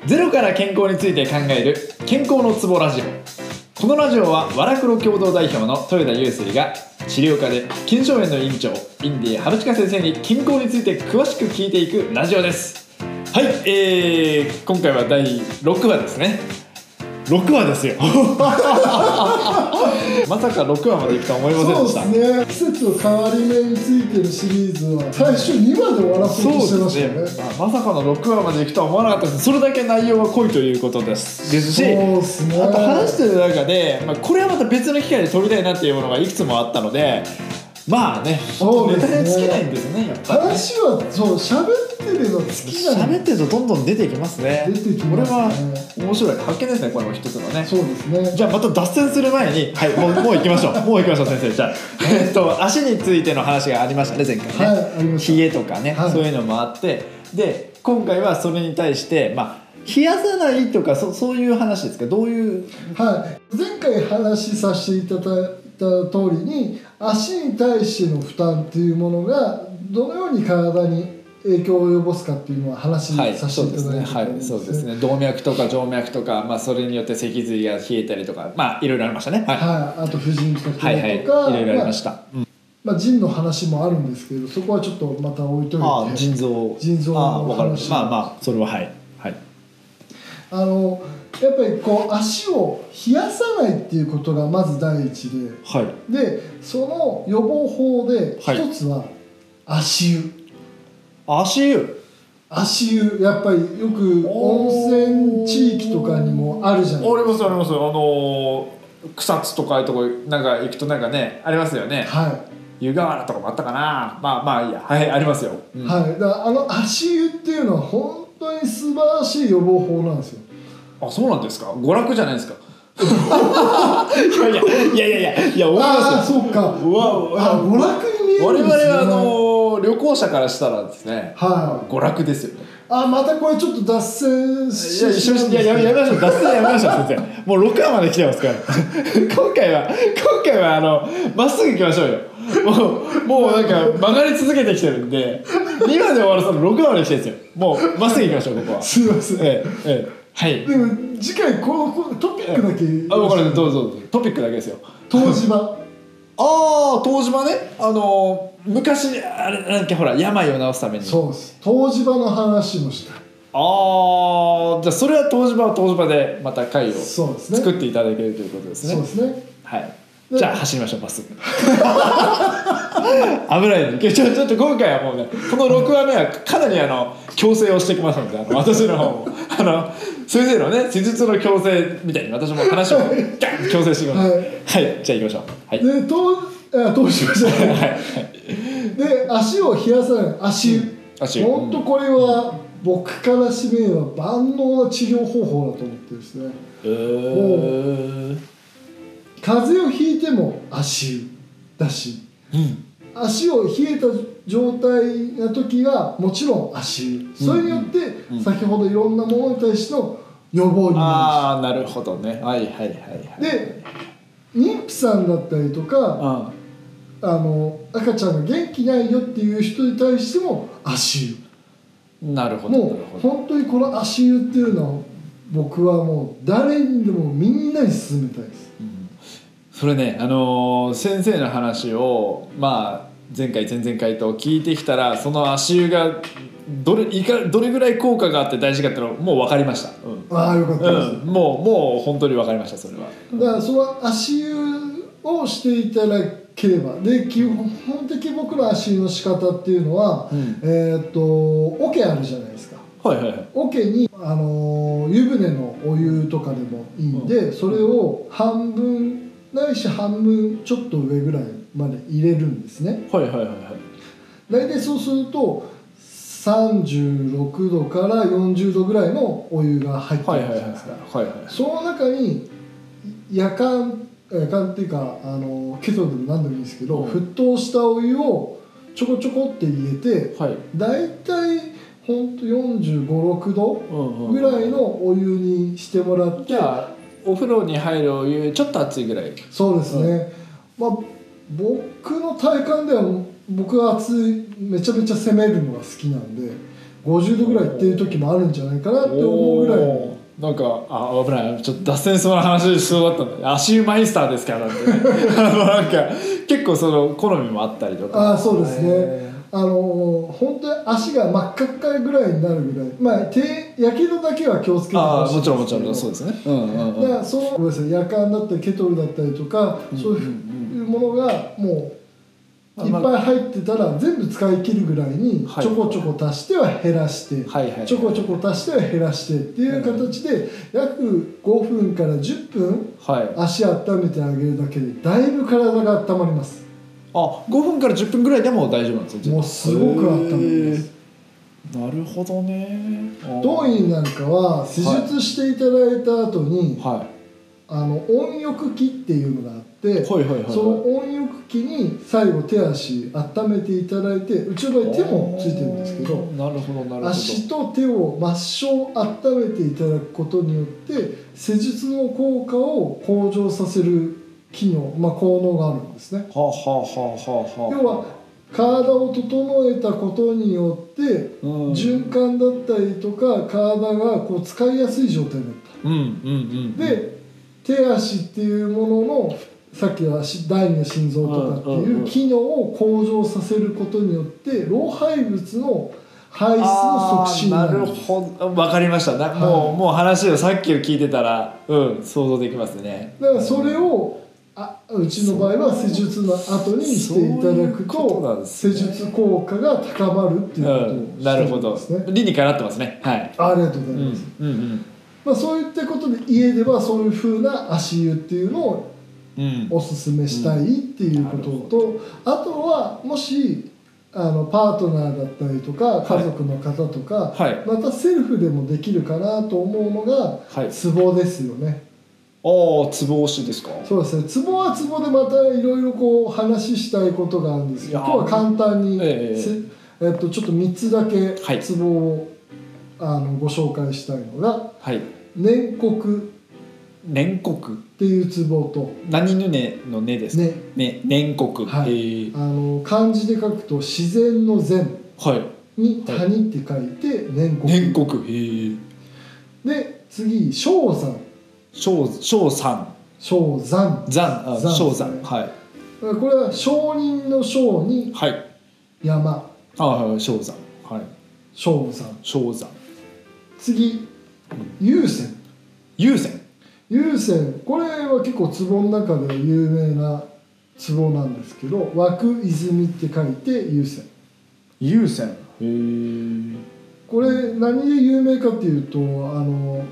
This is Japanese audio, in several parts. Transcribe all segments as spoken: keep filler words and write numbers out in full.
ゼロから健康について考える健康のツボラジオ。このラジオはワラクロ共同代表の豊田祐水が治療科で筋鞘炎の院長インディ春近先生に健康について詳しく聞いていくラジオです。はい、えー、今回はだいろくわですね。ろくわですよまさかろくわまでいくとは思いませんでした。 そうですね。季節の変わり目についてるシリーズは最初にわで終わらせようとしてましたよね。 ね、まさかのろくわまでいくとは思わなかったです。それだけ内容が濃いということですですし、そうですね、あと話してる中で、まあ、これはまた別の機会で撮りたいなっていうものがいくつもあったので、まあね、ネタに尽きないんですね、やっぱり、ね、 話はそう喋ってるの好きなの。 喋ってるとどんどん出てきますね。 出てきますね。 これは面白い発見ですね、これも一つのね。 そうですね。 じゃあまた脱線する前に、はい、もうもう行きましょう。もう行きましょう先生。じゃあえっと足についての話がありましたね前回ね。 はい、ありました。 冷えとかね、はい、そういうのもあって、で今回はそれに対してまあ冷やさないとか そ, そういう話ですか。どういう、 はい、前回話させていただいた通りに足に対しての負担っていうものがどのように体に影響を及ぼすかっていうのは話させていただいて、 はい、そうですね。動脈とか静脈とか、まあ、それによって脊髄が冷えたりとか、まあいろいろありましたね。はい、はい、 あと婦人とか、 はいはい、いろいろありました。まあうんまあ、腎の話もあるんですけど、そこはちょっとまた置いといて。 ああ、腎臓腎臓の話。 まあまあそれははいはい。 あのやっぱりこう足を冷やさないっていうことがまず第一で、 はい、 でその予防法で一つは足湯、 はい、足湯足湯やっぱりよく温泉地域とかにもあるじゃないですか。 ありますあります。あの草津とかいうとこなんか行くとなんかねありますよね。はい。湯河原とかもあったかな。まあまあいいや、はい、ありますよ。 うん、はい。だからあの足湯っていうのは本当に素晴らしい予防法なんですよ。 あ、そうなんですか。娯楽じゃないですかいやいやいやいやいやいや、 ああそうか。うわあ娯楽に見えるんですね。 我々はあの旅行者からしたらですね、はい、娯楽ですよね。 あ、またこれちょっと脱線しいや一緒にいややめましょう。脱線やめましょう先生。もうろくわまで来てますから今回は今回はあのまっすぐ行きましょうよ。もうもうなんか曲がり続けてきてるんでにわで終わらせたらろくわまで来てるんですよ。もうまっすぐ行きましょうここは。 すいません。 ええええ、はい。 でも次回このトピックだけ、 ええ、あ、分かる。どうぞどうぞ。トピックだけですよ。 湯治場ああ、湯治場ね。あのー、昔あれなんかほら病を治すために。 そうです。湯治場の話もした。 ああ、じゃあそれは湯治場は湯治場でまた回をそうですね。 作っていただけるということですね。 そうですね。 はい。じゃあ走りましょうまっすぐ。危ないね。ちょちょっと今回はもうね、このろくわめはかなりあの矯正をしてきますので、あの私の方もあの先生のね施術の矯正みたいに私も話をガン矯正してきます。はい、はい、じゃあ行きましょう。はい。 で、と湯治場じゃない。はい。で、足を冷やさない足湯。うん、足湯。本当これは、うん僕からしてみれば万能な治療方法だと思ってですね、えー、もう風邪をひいても足湯だし、うん、足を冷えた状態の時はもちろん足湯、それによって先ほどいろんなものに対しての予防になるし、 ああなるほどね、はいはいはいはい。 で妊婦さんだったりとか、あの赤ちゃんが元気ないよっていう人に対しても足湯。 なるほど。 もう本当にこの足湯っていうのは僕はもう誰にでもみんなに勧めたいです、うん、 それね、あのー、先生の話をまあ前回前々回と聞いてきたら、その足湯がどれいかどれぐらい効果があって大事かっていうのもう分かりました、うん、 ああよかったです、 うん、もうもう本当に分かりました。それはだからその足湯をしていただければで、基本的に僕の足湯の仕方っていうのは、うん、えっ、ー、と桶あるじゃないですか。 はいはいはい。 桶に、あのー、湯船のお湯とかでもいいんで、うん、それを半分ないし半分ちょっと上ぐらいまで入れるんですね。 はいはいはいはい。 大体そうするとさんじゅうろくどからよんじゅうどぐらいのお湯が入ってるじゃないですか。その中に夜間夜間っていうかあのケトルでも何でもいいんですけど、うん、沸騰したお湯をちょこちょこって入れて、はい、大体ほんとよんじゅうご、ろくどぐらいのお湯にしてもらって、じゃあお風呂に入るお湯ちょっと熱いぐらい。 そうですね、うん、まあ僕の体感では僕は熱いめちゃめちゃ攻めるのが好きなんで、 ごじゅうどぐらいいってる時もあるんじゃないかなって思うぐらいの。 なんかあ危ないちょっと脱線しそうな話しそうだったんで足湯マイスターですからなんて、ね、あのなんか結構その好みもあったりとか。 あそうですね。あの本当に足が真っ赤っかぐらいになるぐらい、まあ手やけどだけは気をつけてほしい。 あもちろんもちろんそうですね。うんうんうん、 だからそのごめんなさい夜間だったりケトルだったりとか、うん、そういうものがもういっぱい入ってたら全部使い切るぐらいにちょこちょこ足しては減らして、はいはい、ちょこちょこ足しては減らしてっていう形で約ごふんからじゅっぷん足温めてあげるだけでだいぶ体が温まります。 あごふんからじゅっぷんぐらいでも大丈夫なんですよ。 もうすごく温まります。 なるほどね。 当院なんかは施術していただいた後に、はい、あの温浴器っていうのがあって、はいはいはいはい、その温浴器に最後手足温めていただいて、うちの場合手もついてるんですけど、 なるほどなるほど、 足と手を真正温めていただくことによって施術の効果を向上させる機能、まあ、効能があるんですね。はあはあはあはあ、要は体を整えたことによって、うん、循環だったりとか体がこう使いやすい状態になった、うんうんうん、で手足っていうもののさっきは第二の心臓とかっていう機能を向上させることによって老廃物の排出の促進になる。 なるほど、分かりました。な、はい、もうもう話をさっき聞いてたら、うん、想像できますね。 だからそれをあうちの場合は施術の後にしていただくと施術効果が高まるっていうことをしてるんですね、うん、なるほど、 理にかなってますね。はい、 ありがとうございます、うんうんうん、まあ、そういったことで家ではそういうふうな足湯っていうのをおすすめしたいっていうことと、うんうん、あとはもしあのパートナーだったりとか家族の方とか、はい、またセルフでもできるかなと思うのが、はい、ツボですよね。 ああ、ツボ押しですか。 そうですね。ツボはツボでまたいろいろこう話したいことがあるんですけど、今日は簡単に、えーえー、っとちょっとみっつだけツボを、はい、あのご紹介したいのが、はい、粘谷粘谷っていうツボと、 何ぬねのねですか。ね、ね、粘谷、 はい、あの漢字で書くと自然の善に谷って書いて粘谷。 粘谷。 で次象山。 象山。 象山。 山、あ、象山、はい。 これは商人の商に山。 あ、はい、象山、はい。 象山。 象山。 次有線。 有線。 有線、これは結構壺の中で有名な壺なんですけど、湧く泉って書いて有線。 有線、へえ。 これ何で有名かっていうと、あの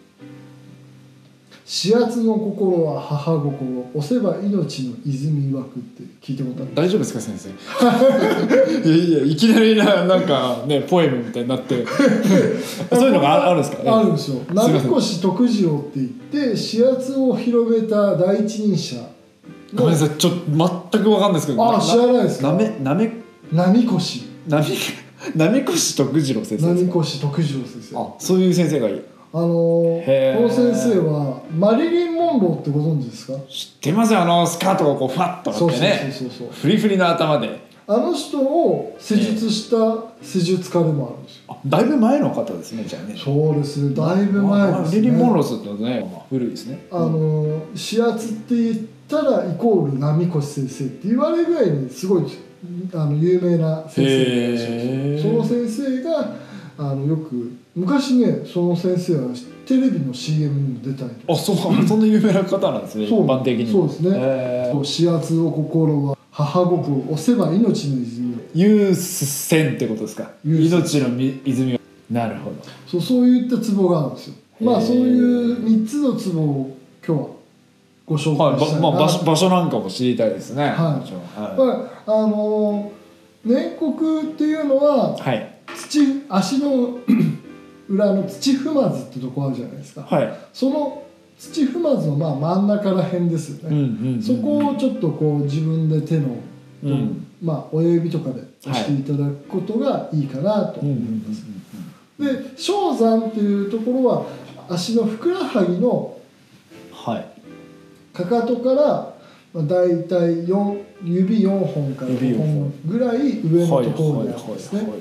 始圧の心は母心、押せば命の泉湧くって聞いたことある。 大丈夫ですか先生。いやいや、いきなりな、なんかねポエムみたいになってそういうのがあるんですかね。 あるんですよ。波越徳次郎って言って始圧を広めた第一人者。 ごめんなさい、ちょっと全く分かんないですけど。 あ、知らないですか。 なめなめ波越波波越徳次郎先生。 波越徳次郎先生。 あ、そういう先生がいい。 あのこの先生はマリリン・モンローってご存知ですか。 知ってますよ。あのスカートがこうファッとなってね、 そうそうそうそう、 フリフリの頭であの人を施術した施術家でもあるんですよ。 あ、だいぶ前の方ですね、じゃあね。 そうですね、だいぶ前ですね。 マリリン・モンローってね、まあ、古いですね。 あの指圧って言ったらイコール波越先生って言われるぐらいにすごいあの有名な先生なんですよ。その先生があのよく昔ね、その先生はテレビの シーエム にも出たりとか。 あ、そう、そんな有名な方なんですね。一般的に。 そうですね。始圧の心は母心、押せば命の泉。 有線ってことですか。命の泉。なるほど。 そう、そういったツボがあるんですよ。まあそういうみっつのツボを今日はご紹介したいな。 はい、まあ場所、場所なんかも知りたいですね。はい。 はい、あの粘谷っていうのは、はい、土足の裏の土踏まずってとこあるじゃないですか、はい、その土踏まずのまあ真ん中ら辺ですよね、うんうんうんうん、そこをちょっとこう自分で手の、うん、まあ親指とかで押していただくことがいいかなと思います、はい、で象山っていうところは足のふくらはぎのかかとからまあ、大体よん指よんほんからごほんぐらい上のところにあるんですね。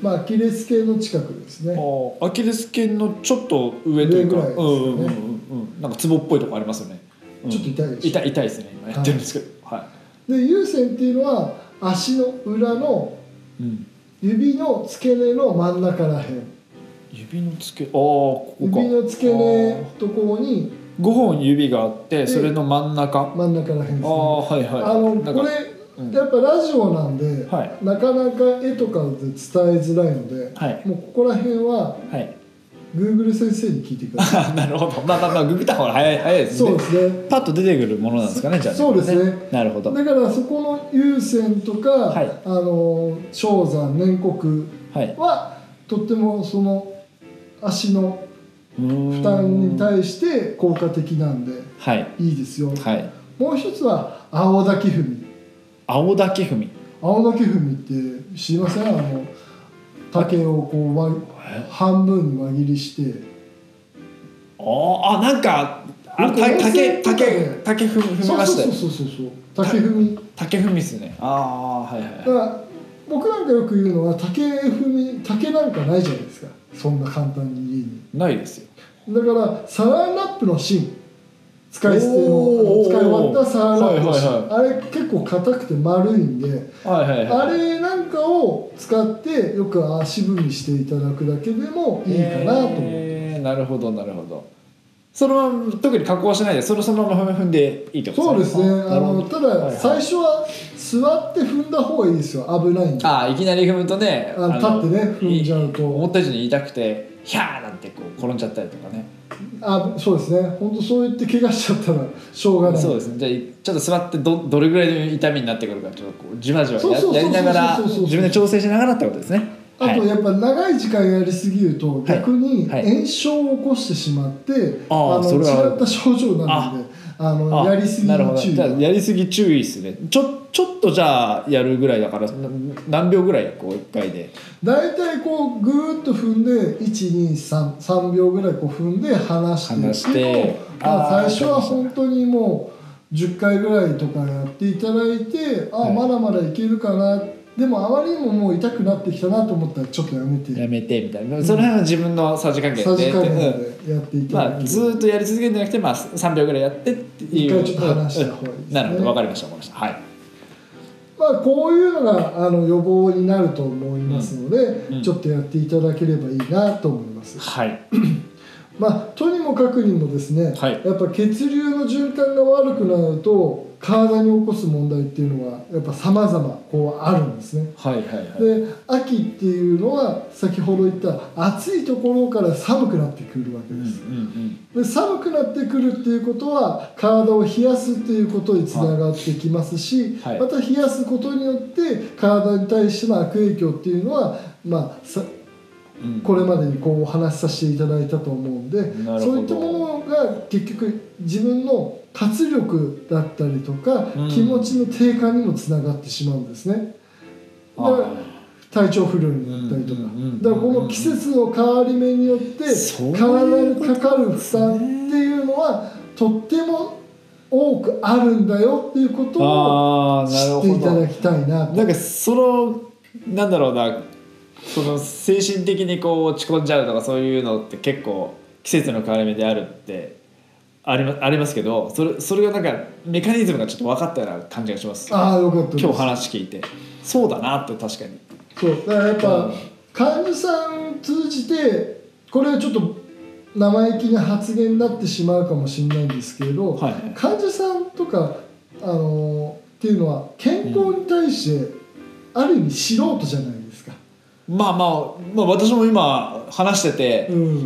まあ、アキレス腱の近くですね。 あアキレス腱のちょっと上というか、 上ぐらいですね。 うんうんうんうん、なんかツボっぽいとこありますよね、うん、 ちょっと痛いです。 痛い痛いですね今やってるんですけど、はいはい、 で有線っていうのは足の裏の指の付け根の真ん中らへん、 指の付けあここか指の付け根ところにごほん指があってそれの真ん中真ん中らへんですね。 ああはいはいあのこれ、うん、やっぱラジオなんで、はい、なかなか絵とかで伝えづらいので、はい、もうここら辺は、はい、Google 先生に聞いてください。 なるほど。まあまあまあググった方が早い早いですね。そうですね。パッと出てくるものなんですかねじゃあ、ね。 そうですね。 なるほど。 だからそこの有線とか、はい、あの小山粘谷は、はい、とってもその足の負担に対して効果的なんで、はい、いいですよ。はい、もう一つは青竹踏み。 青竹踏み。 青竹踏みって知りません？あの竹をこう半分に輪切りして。 ああなんかあ竹竹竹踏みましたよ。 そうそうそうそう竹踏み。 竹踏みですね。ああはいはい。だから僕なんかよく言うのは竹踏み竹なんかないじゃないですか。そんな簡単に家に。 ないですよ。 だからサランラップの芯。使い捨ての使い終わったサランラップの芯、はいはいはい、あれ結構硬くて丸いんで、はいはいはい、あれなんかを使ってよく足踏みしていただくだけでもいいかなと思う。 えー、なるほどなるほど。そのまま特に加工しないでそのそのまま踏んでいいってことですね。 そうですね。あのただ最初は座って踏んだ方がいいですよ。危ないんで。 ああいきなり踏むとね、 あの立ってね踏んじゃうと思った以上に痛くてヒャーなんてこう転んじゃったりとかね。 あそうですね。本当そう言って怪我しちゃったらしょうがない。 そうですね。じゃあちょっと座って ど, どれぐらいの痛みになってくるかちょっとこうじわじわ や, やりながら自分で調整しながらってことですね。 あとやっぱ長い時間やりすぎると逆に炎症を起こしてしまって、はいはい、あの違った症状になるのであのやりすぎに注意。 じゃあやりすぎ注意ですね。ちょちょっとじゃあやるぐらいだから何秒ぐらいこういっかいでだいたいこうグーッと踏んでいちにさんさんびょうぐらいこう踏んで離して離してあ最初は本当にもうじゅっかいぐらいとかやっていただいてあ、はい、まだまだいけるかな。でもあまりにももう痛くなってきたなと思ったらちょっとやめてやめてみたいな、うん、その辺は自分のさじ加減でさじ加減でやっていただく、まあ、ずっとやり続けるんじゃなくて、まあ、さんびょうぐらいやってっていう一回ちょっと離した方がいいですね、 うん、なるほど分かりました分かりました。はい、 まあ、こういうのがあの予防になると思いますので、うんうん、ちょっとやっていただければいいなと思います。はいまあ、とにもかくにもですね、はい、やっぱ血流の循環が悪くなると体に起こす問題っていうのはやっぱ様々こうあるんですね。はいはいはい、で秋っていうのは先ほど言った暑いところから寒くなってくるわけです、うんうんうん、で寒くなってくるっていうことは体を冷やすっていうことにつながってきますし、はい、また冷やすことによって体に対しての悪影響っていうのはまあさこれまでにこうお話しさせていただいたと思うんでそういったものが結局自分の活力だったりとか、うん、気持ちの低下にもつながってしまうんですね。だから体調不良になったりとか、だからこの季節の変わり目によって体にかかる負担っていうのはとっても多くあるんだよっていうことを知っていただきたいなと。 なんかそのなんだろうなその精神的にこう落ち込んじゃうとかそういうのって結構季節の変わり目であるってありま、ありますけどそれ、それがなんかメカニズムがちょっと分かったような感じがします。 ああよかったです。 今日話聞いてそうだなって確かにそうだからやっぱ、うん、患者さん通じてこれはちょっと生意気な発言になってしまうかもしれないんですけれど、はい、患者さんとかあのー、っていうのは健康に対してある意味素人じゃないですか、 うん、まあまあ、まあ、私も今話してて、うん、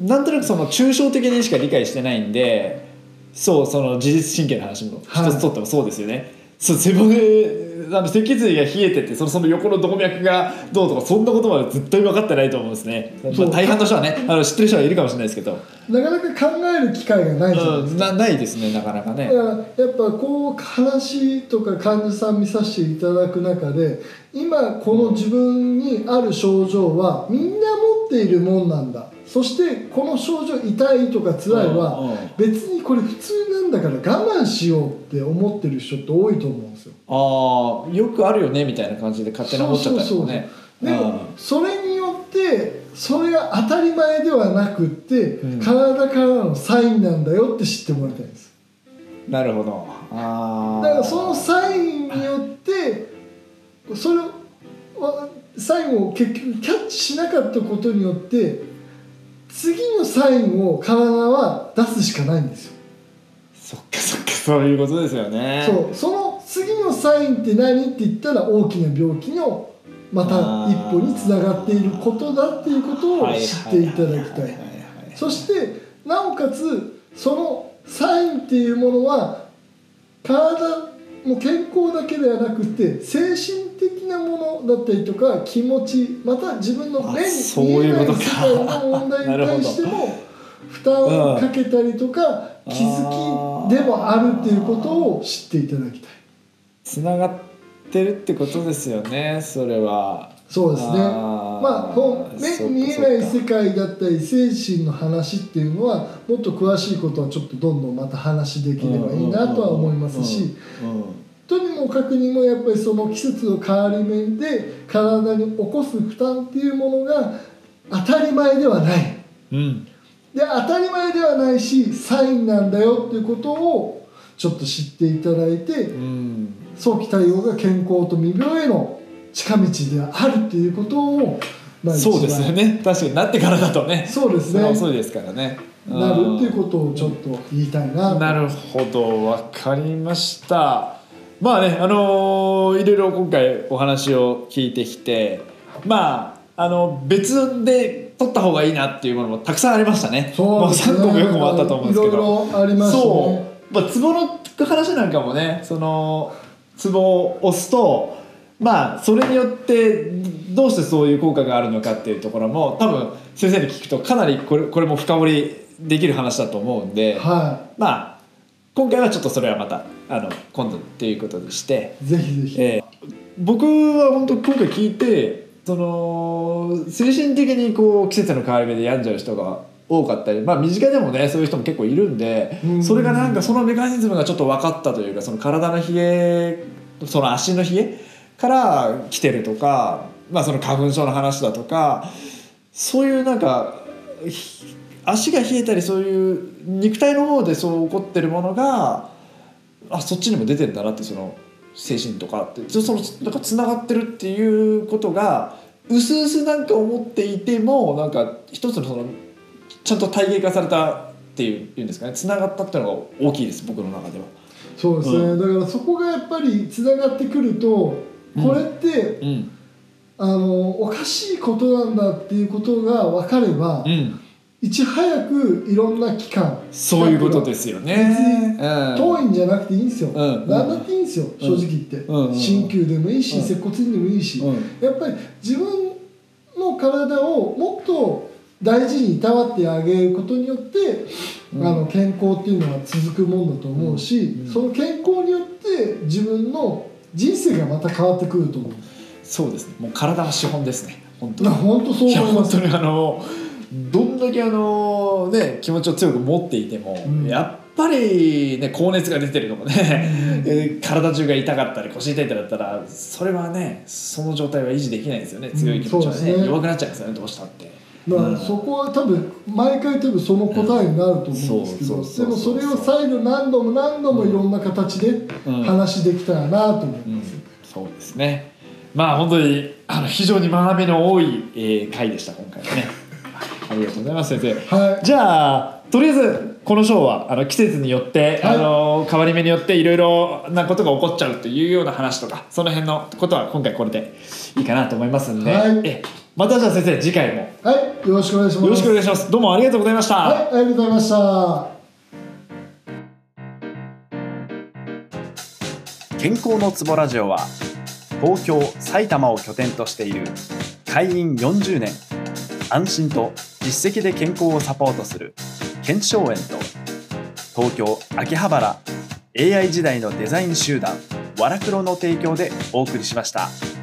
なんとなくその抽象的にしか理解してないんでそうその自律神経の話も一つとってもそうですよね、はい、そう背骨あの脊髄が冷えててそのその横の動脈がどうとかそんなことまで絶対分かってないと思うんですね。まあ、大半の人はねあの知ってる人はいるかもしれないですけどなかなか考える機会がないじゃないですか、 うん、な, ないですねなかなかね。 だからやっぱこう話とか患者さん見させていただく中で今この自分にある症状はみんな持っているもんなんだ、そしてこの症状痛いとか辛いは別にこれ普通なんだから我慢しようって思ってる人って多いと思うんですよ。 ああよくあるよねみたいな感じで勝手に思っちゃったりとかね。 でもそれにってそれが当たり前ではなくって、うん、体からのサインなんだよって知ってもらいたいんです。 なるほど。あだからそのサインによってそれサインを結局キャッチしなかったことによって次のサインを体は出すしかないんですよ。 そっかそっか、そういうことですよね。 そう、その次のサインって何って言ったら大きな病気のまた一歩につながっていることだっていうことを知っていただきたい。そしてなおかつそのサインっていうものは体の健康だけではなくて精神的なものだったりとか気持ち、また自分の目に見えない世界の問題に対しても負担をかけたりとか気づきでもあるっていうことを知っていただきたい。 つながってるってことですよね、それは。 そうですね。あまあ目に見えない世界だったり精神の話っていうのはもっと詳しいことはちょっとどんどんまた話できればいいなとは思いますし、とにもかくにもやっぱりその季節の変わり目で体に起こす負担っていうものが当たり前ではない、うん、で当たり前ではないしサインなんだよっていうことをちょっと知っていただいて、うん、早期対応が健康と未病への近道であるっていうことを、 まあ、そうですよね。確かになってからだとね、 そうですね、 遅いですからね、 なるっていうことをちょっと言いたいなと。 なるほど、分かりました。まあね、あのー、いろいろ今回お話を聞いてきて、まああの別で取った方がいいなっていうものもたくさんありましたね。 そうですね、 さんこもよんこもあったと思うんですけど、 いろいろありましたね。 そう、まあ、ツボの話なんかもね、そのツボを押すと、まあそれによってどうしてそういう効果があるのかっていうところも多分先生に聞くとかなりこれ、これも深掘りできる話だと思うんで、はい、まあ今回はちょっとそれはまたあの今度っていうことにして、 ぜひぜひ、えー、僕は本当今回聞いて、その精神的にこう季節の変わり目で病んじゃう人が多かったり、まあ身近でもねそういう人も結構いるんで、それがなんかそのメカニズムがちょっと分かったというか、その体の冷え、その足の冷えから来てるとか、まあその花粉症の話だとか、そういうなんか足が冷えたりそういう肉体の方でそう起こってるものが、あ、そっちにも出てるんだなって、その精神とかってそのなんかつながってるっていうことがうすうすなんか思っていても、なんか一つのそのちゃんと体系化されたっていうんですかね、つながったっていうのが大きいです、僕の中では。 そうですね、うん、だからそこがやっぱりつながってくると、これって、うんうん、あのおかしいことなんだっていうことが分かれば、うん、いち早くいろんな機関、 そういうことですよね。 遠いんじゃなくていいんですよ、うん、何だっていいんですよ、正直言って、うん、鍼灸でもいいし、うん、接骨院でもいいし、うん、やっぱり自分の体をもっと大事にいたわってあげることによって、うん、あの健康っていうのは続くもんだと思うし、うん、その健康によって自分の人生がまた変わってくると思う。 そうですね、もう体は資本ですね、本当に。 本当そう思います。 本当にあのどんだけあの、ね、気持ちを強く持っていても、うん、やっぱり、ね、高熱が出てるのもね、うん、体中が痛かったり腰痛いってなったら、それはね、その状態は維持できないですよね。強い気持ちは ね,、うん、ね弱くなっちゃいますよね、どうしたって。 だからそこは多分毎回多分その答えになると思うんですけど、でもそれを再度何度も何度もいろんな形で話できたらなと思います、うんうん、 そうですね。まあ本当にあの非常に学びの多い、えー、回でした今回はね。ありがとうございます先生、はい、じゃあとりあえずこの章はあの季節によって、はい、あの変わり目によっていろいろなことが起こっちゃうというような話とか、その辺のことは今回これでいいかなと思いますんで、はい、えまたじゃあ先生次回もはいよろしくお願いします。 よろしくお願いします。どうもありがとうございました。 はい、ありがとうございました。 健康のツボラジオは東京、埼玉を拠点としている会員よんじゅうねん、安心と実績で健康をサポートする健翔園と東京秋葉原 エーアイ 時代のデザイン集団ワラクロの提供でお送りしました。